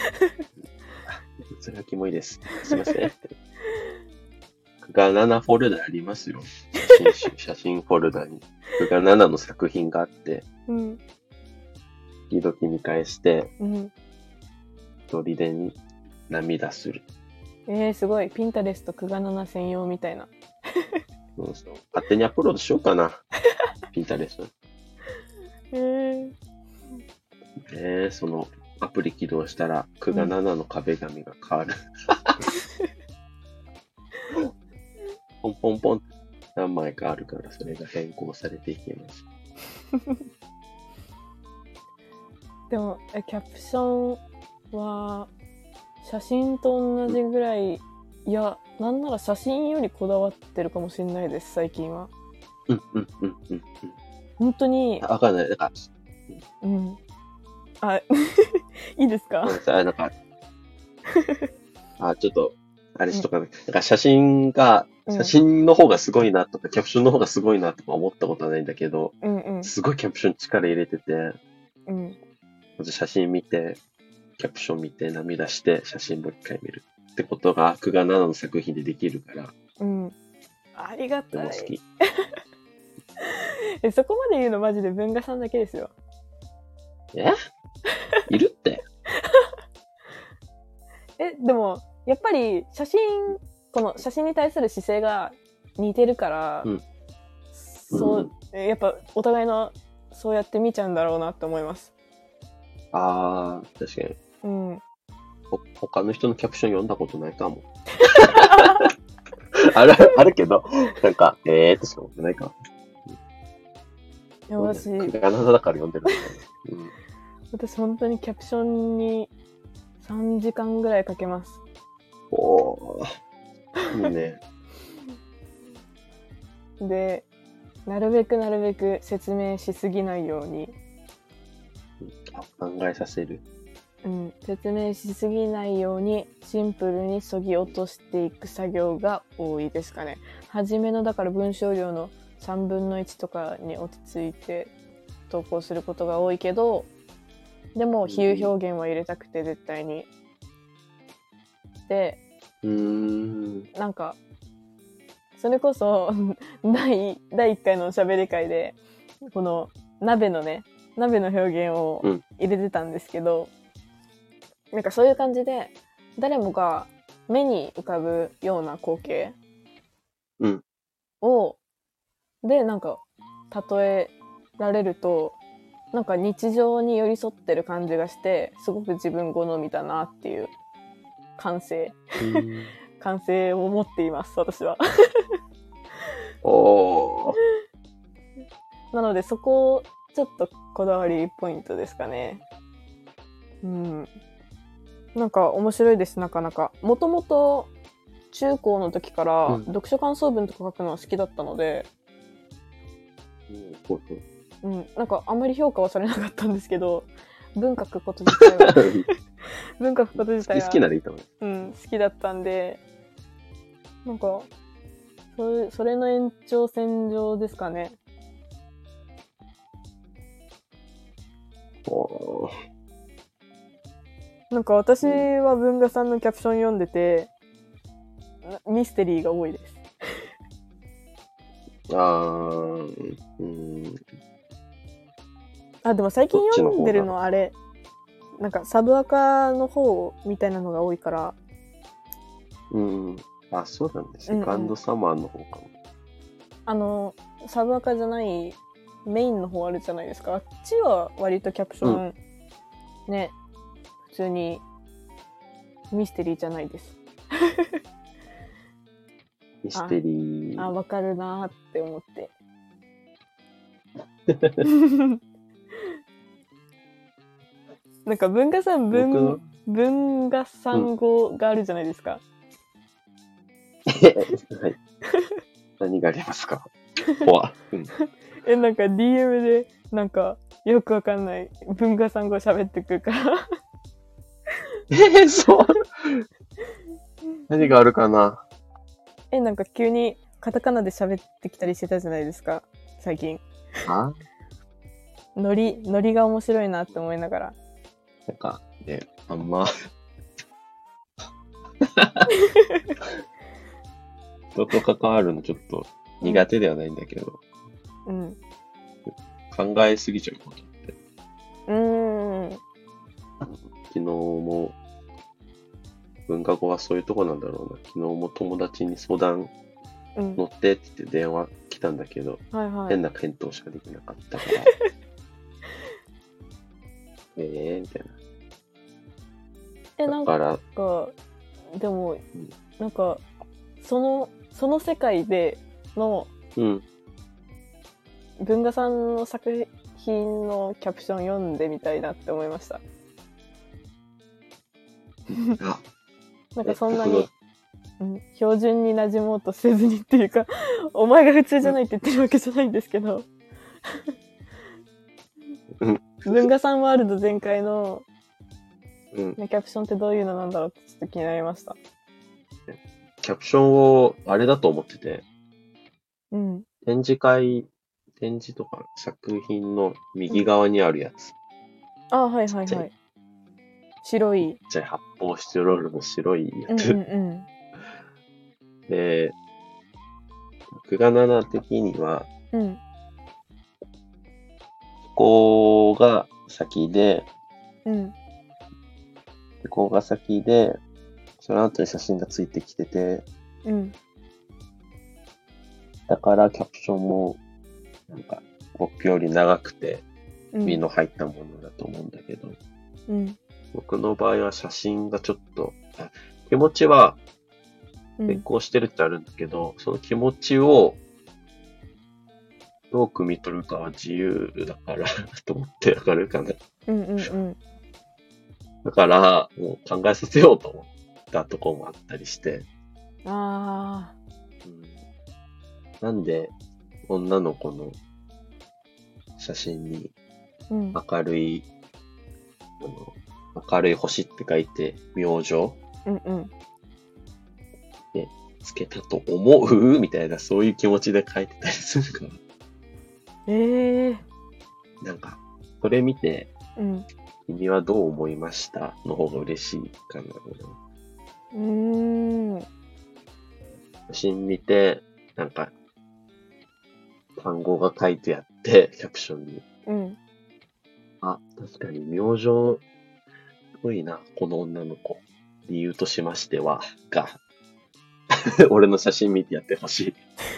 それはキモいです。すいません。くがななフォルダありますよ。写真集、写真フォルダに。くがななの作品があって、 うん。 時々見返して、 うん。 一人でに涙する。 えー、すごい。ピンタレストくがなな専用みたいな。 そうそう。勝手にアップロードしようかな。ピンタレスト。 えー。 えー、そのアプリ起動したらくがななの壁紙が変わる。ポンポンポン何枚かあるからそれが変更されていきます。 でもえキャプションは写真と同じぐらい、いやなんなら写真よりこだわってるかもしれないです最近は。 うんうんうんうんうん。 本当に。 わかんない。なんか、 うん。あ、いいですか？ ごめんなさい。なんか、あ、ちょっと、あれしとかね。なんか写真が、写真の方がすごいなとか、うん、キャプションの方がすごいなとか思ったことはないんだけど、 うんうん、 すごいキャプション力入れてて、 うん、 まず写真見て、キャプション見て、涙して、写真もう一回見るってことが、くがななの作品でできるから、 うん。ありがたい。 でも好き。 え、そこまで言うのマジで文賀さんだけですよ。 えいるってえ、でも、やっぱり写真、この写真に対する姿勢が似てるから、うん、そう、うん、やっぱお互いのそうやって見ちゃうんだろうなって思います。 あー、確かに。 うん。 ほ他の人のキャプション読んだことないかも。ある、あるけど、なんか、えーってしか思ってないか。 いや、私、 くがななだから読んでるんだよね。うん、 私本当にキャプションにさんじかんぐらいかけます。 おー、いいね。 で、なるべくなるべく説明しすぎないように。 考えさせる。 うん、説明しすぎないようにシンプルに削ぎ落としていく作業が多いですかね。初めのだから文章量のさんぶんのいちとかに落ち着いて投稿することが多いけど、でも比喩表現は入れたくて絶対に。で、 うーん、 なんかそれこそ第第いっかいのおしゃべり会でこの鍋のね鍋の表現を入れてたんですけど、うん、なんかそういう感じで誰もが目に浮かぶような光景を、うん、でなんか例えられるとなんか日常に寄り添ってる感じがしてすごく自分好みだなっていう感性感性を持っています私は。 おー。 なのでそこちょっとこだわりポイントですかね。うん。なんか面白いです、なかなか。もともと中高の時から読書感想文とか書くのは好きだったので、うん、うん、なんかあんまり評価はされなかったんですけど、文書くこと自体は文書くこと自体は好きならいいと思う。 うん、好きだったんで、なんかそれ、それの延長線上ですかね。 おなんか私は文雅さんのキャプション読んでて、ミステリーが多いです。 あー、うん。 あ、でも最近読んでるのはあれ、なんかサブアカの方みたいなのが多いから。 うん。あ、そうなんです。セカンドサマーの方かも。 あの、サブアカじゃないメインの方あるじゃないですか。あっちは割とキャプション、うん、ね、普通にミステリーじゃないです。 ミステリー。 あ、わかるなーって思って。なんか文化産文、文化産語があるじゃないですか。 うん、はい。何がありますか？ほわ。うん、 え、なんか ディーエム で、なんか、よくわかんない文化産語喋ってくるから。 えー、そう。何があるかな？ え、なんか急にカタカナで喋ってきたりしてたじゃないですか、最近。 あ？ ノリ、ノリが面白いなって思いながら。 なんか、ね、あんま、人と関わるのちょっと苦手ではないんだけど、 うん。 考えすぎちゃうことって。 うーん。 昨日も、文化語はそういうとこなんだろうな。昨日も友達に相談乗ってって言って電話来たんだけど、 はいはい、 変な返答しかできなかったから、ええーみたいな。 え、なんか、でも、うん、なんか、その、その世界での、 うん、 文雅さんの作品のキャプション読んでみたいなって思いました。 あなんかそんなに、うん、標準に馴染もうとせずにっていうか、お前が普通じゃないって言ってるわけじゃないんですけど、うん、文雅さんワールド全開の、うん、キャプションってどういうのなんだろうってちょっと気になりました。 キャプションをあれだと思ってて、 うん、 展示会、展示とか作品の右側にあるやつ。 うん、あ、はいはいはい。白い。 じゃあ発泡スチロールの白いやつ。うんうんうん、で、くがなな的には、うん、ここが先で、うん、ここが先で、その後に写真がついてきてて、うん、だからキャプションも、なんか、僕より長くて、身の入ったものだと思うんだけど、うん、僕の場合は写真がちょっと、気持ちは、並行してるってあるんだけど、うん、その気持ちを、どう汲み取るかは自由だからと思ってわかるかな。うんうんうん。だから、もう考えさせようと思ったところもあったりして。ああ、うん。なんで、女の子の写真に、明るい、うん、あの、明るい星って書いて、明星、うんうん、で、つけたと思うみたいな、そういう気持ちで書いてたりするから。ええー。なんか、それ見て、うん、君はどう思いましたの方が嬉しいかな。うーん。写真見て、なんか、単語が書いてあって、キャプションに。うん。あ、確かに明星、すごいな、この女の子。理由としましては、が、俺の写真見てやってほしい。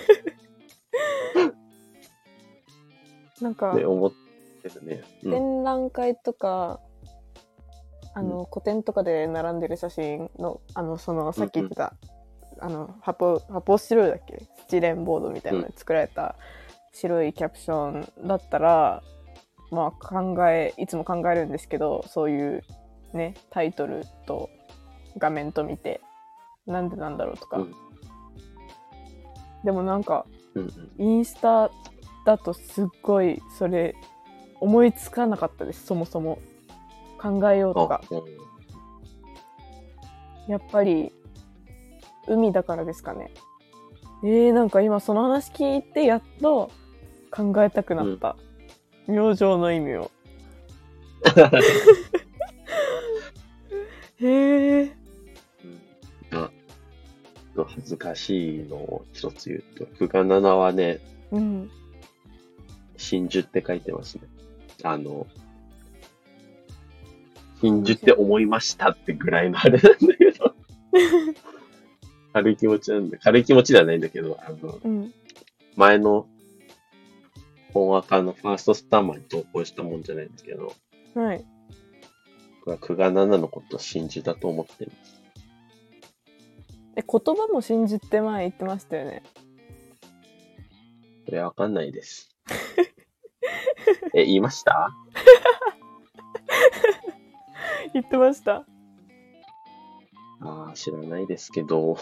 なんか、ね、思ってるね。うん、展覧会とか、あの、うん、個展とかで並んでる写真の、あの、その、さっき言ってた、うんうん、あの、発泡、発泡スチロールだっけ？スチレンボードみたいなので作られた白いキャプションだったら、まあ考え、いつも考えるんですけど、そういうね、タイトルと画面と見て、なんでなんだろうとか。うん、でもなんか、うんうん、インスタだとすっごいそれ思いつかなかったです、そもそも。考えようとか。うん、やっぱり海だからですかね。えー、なんか今その話聞いてやっと考えたくなった。うん、明星の意味を。 へえ。 うん。あ、恥ずかしいのを一つ言うと、くがななはね、 うん。 真珠って書いてますね。あの、真珠って思いましたってぐらいのあれなんだけど。軽い気持ちなんだ。軽い気持ちではないんだけど、あの、 うん、 前の本赤のファーストスタンマーに投稿したもんじゃないんだけど、 はい。 僕はくがななのことを真珠だと思ってます。 え、言葉も真珠って前言ってましたよね。 それわかんないです。え、言いました言ってました。 ああ、知らないですけど。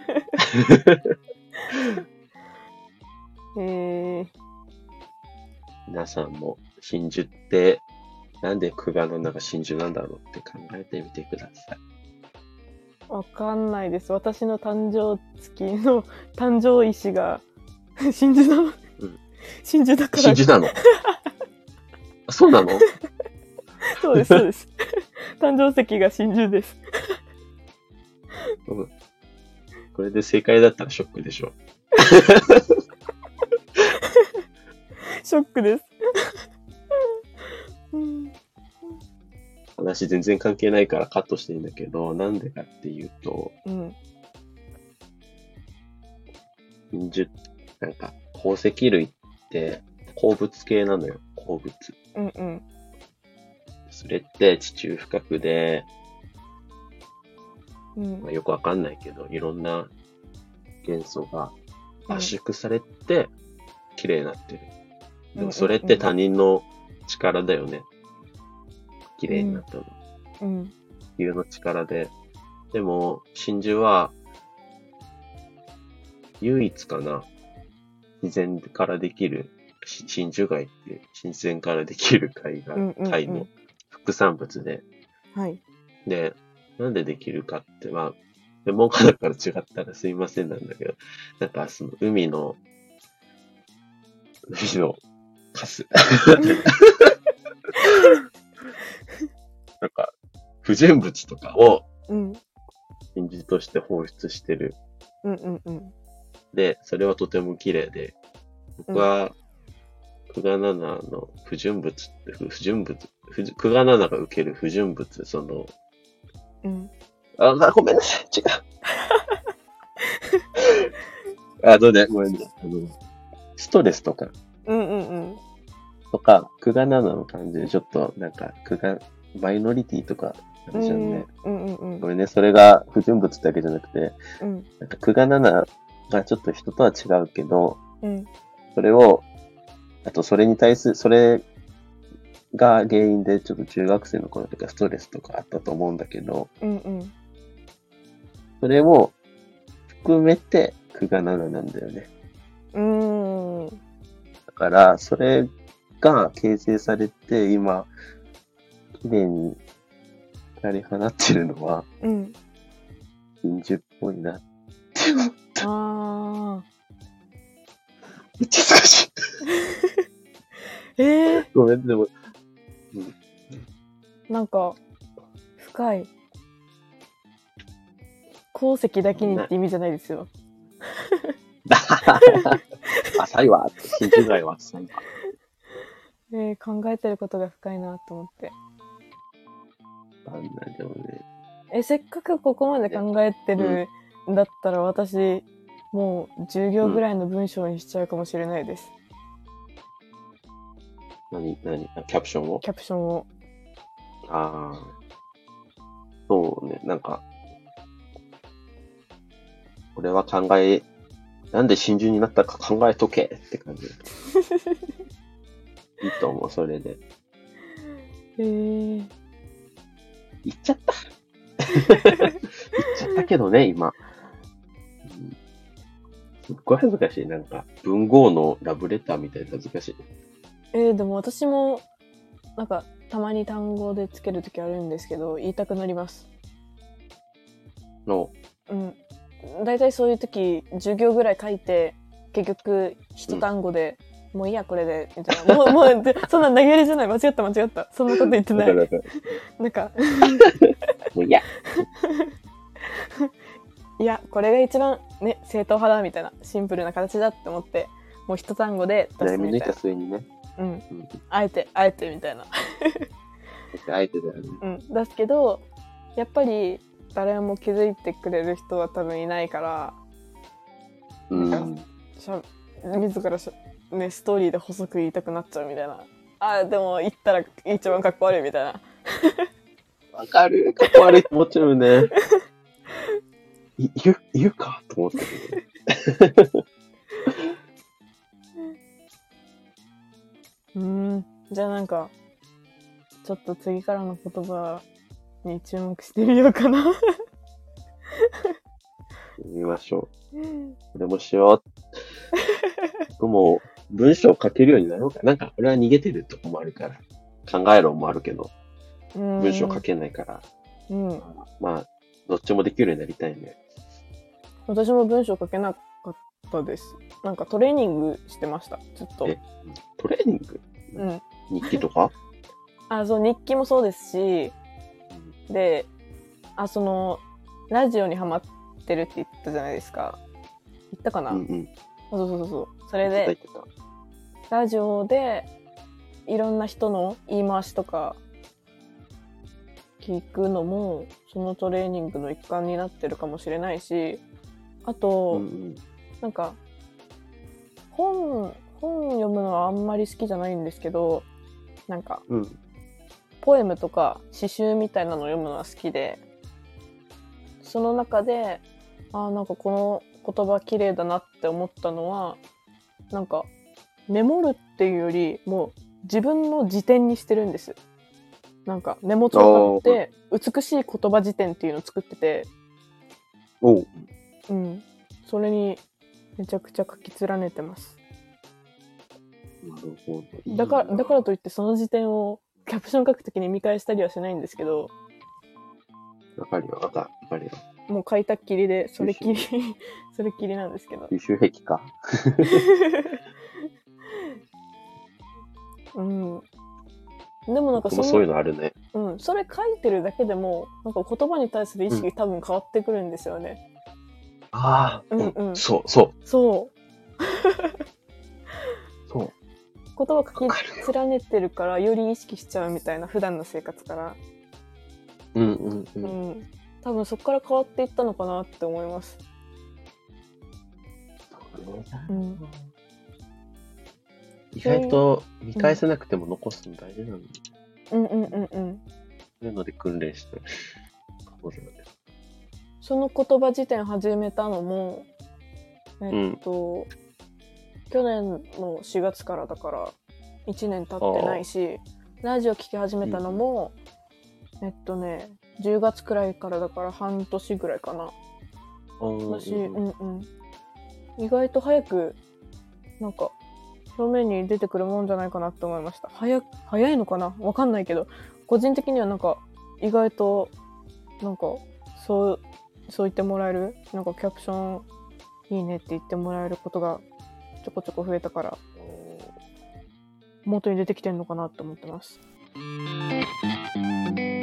へえ。 皆さんも真珠ってなんでくがななが真珠なんだろうって考えてみてください。 わかんないです。私の誕生月の誕生石が真珠なの、うん、真珠だから。 真珠なのそうなのそうです、そうです。誕生石が真珠です。 これで正解だったらショックでしょ。 ショックです。うん、 話全然関係ないからカットしていいんだけど、なんでかっていうと、うん、真珠、なんか宝石類って鉱物系なのよ、鉱物。 うんうん。 それって地中深くで、 うんまあ、よくわかんないけど、いろんな元素が圧縮されて綺麗になってる。うん、でもそれって他人の力だよね。綺麗になったの。 うん。 地球の力で。でも、真珠は、唯一かな。自然からできる、真珠貝っていう、自然からできる貝が、貝の副産物で。 はい。 で、なんでできるかって、まあ、専門家だから違ったらすいませんなんだけど、なんかその海の、海のカス。なんか、不純物とかを、真珠として放出してる。 うんうんうん。 で、それはとても綺麗で、僕は、くがななの不純物って、不純物、くがななが受ける不純物、その、 うん。 あ、ごめんなさい、違う。あのね、ごめんね。あの、ストレスとか。 うんうんうん。 とか、くがななの感じで、ちょっと、なんか、くが、マイノリティとか、なんじゃんね。 うんうんうん。 ごめんね、それが不純物だけじゃなくて、 うん、 なんかくがなながちょっと人とは違うけど、 うん、 それを、あとそれに対する、それが原因でちょっと中学生の頃とかストレスとかあったと思うんだけど、 うんうん、 それを含めてくがなななんだよね。 うーん。 だから、それが形成されて、今、綺麗に光り放ってるのは、 うん。 真珠っぽいなって思った。 ああ。 めっちゃ難しい。 えー、 ごめん、でも、うん、 なんか、深い。鉱石だけにって意味じゃないですよ。 浅いわ。真珠貝は浅いわ。 えー、考えてることが深いなと思って。 あんなでもね。 え、せっかくここまで考えてるんだったら、うん、私、もうじゅうぎょうぐらいの文章にしちゃうかもしれないです。 うん、何何キャプションをキャプションを。 ああ。そうね、なんか、俺は考え、なんで真珠になったか考えとけって感じ。いいと思う、それで。 へー。 言っちゃった。言っちゃったけどね、今。うん、すっごい恥ずかしい。なんか、文豪のラブレターみたいで恥ずかしい。 えー、でも私も、なんか、たまに単語でつけるときあるんですけど、言いたくなります。 のうん。だいたいそういうとき、じゅうぎょうぐらい書いて、結局、一単語でもういいやこれでみたいなもうもうそんな投げやりじゃない、間違った間違ったそんなこと言ってないなんかもういやいやこれが一番ね正統派だみたいなシンプルな形だって思ってもう一単語で出すみたいな。 悩み抜いた末にね。 うん。うん、あえてあえてみたいな。 あえてだよね。 うん。出すけどやっぱり誰も気づいてくれる人は多分いないから。 うん。 なんかしゃ自らしゃねストーリーで細く言いたくなっちゃうみたいな。あでも言ったら一番かっこ悪いみたいな。 わかる。かっこ悪いと思っちゃうね。い言う言うかと思ってる。 うーんじゃあなんかちょっと次からの言葉に注目してみようかな。 見ましょう。これもしよう。僕も文章を書けるようになろうか。なんか俺は逃げてるとこもあるから考えろもあるけど文章書けないから、 うん、 まあどっちもできるようになりたいね。 私も文章書けなかったです。なんかトレーニングしてましたずっと。 えトレーニング、 うん、 日記とかあそう日記もそうですし、であそのラジオにハマってるって言ったじゃないですか。言ったかな、うんうん、そうそうそうそうそれでラジオでいろんな人の言い回しとか聞くのもそのトレーニングの一環になってるかもしれないし、あと、うんうん、なんか本本読むのはあんまり好きじゃないんですけど、なんか、うん、ポエムとか詩集みたいなのを読むのは好きで、その中であなんかこの言葉綺麗だなって思ったのは、なんかメモるっていうよりもう自分の辞典にしてるんです。なんかメモ帳を買って美しい言葉辞典っていうのを作ってて、 おう、 うん、それにめちゃくちゃ書き連ねてます。 なるほど。 だからだからといってその辞典をキャプション書くときに見返したりはしないんですけど。 わかるよ、わかるよ。 もう書いたっきりでそれっきりそれっきりなんですけど。 吸収癖か。 うん。でもなんかそのそういうのあるね。 うん、それ書いてるだけでもなんか言葉に対する意識多分変わってくるんですよね。 うん、ああ、 うんうん。 そうそう。 そう。 そう。 言葉書き連ねてるからより意識しちゃうみたいな普段の生活から。 うんうんうん。 うん。多分そこから変わっていったのかなって思います。うん。 意外と見返せなくても残すの大事なの。 うんうんうんうん。 そういうので訓練してる。 その言葉辞典始めたのも、えっと、うん、去年のしがつからだからいちねん経ってないし、ラジオ聞き始めたのも、うん、えっとね、じゅうがつくらいからだから半年ぐらいかな。私、うんうん。意外と早く、なんか、表面に出てくるもんじゃないかなって思いました。早早いのかなわかんないけど、個人的にはなんか意外となんかそうそう言ってもらえる、なんかキャプションいいねって言ってもらえることがちょこちょこ増えたから元に出てきてんのかなって思ってます。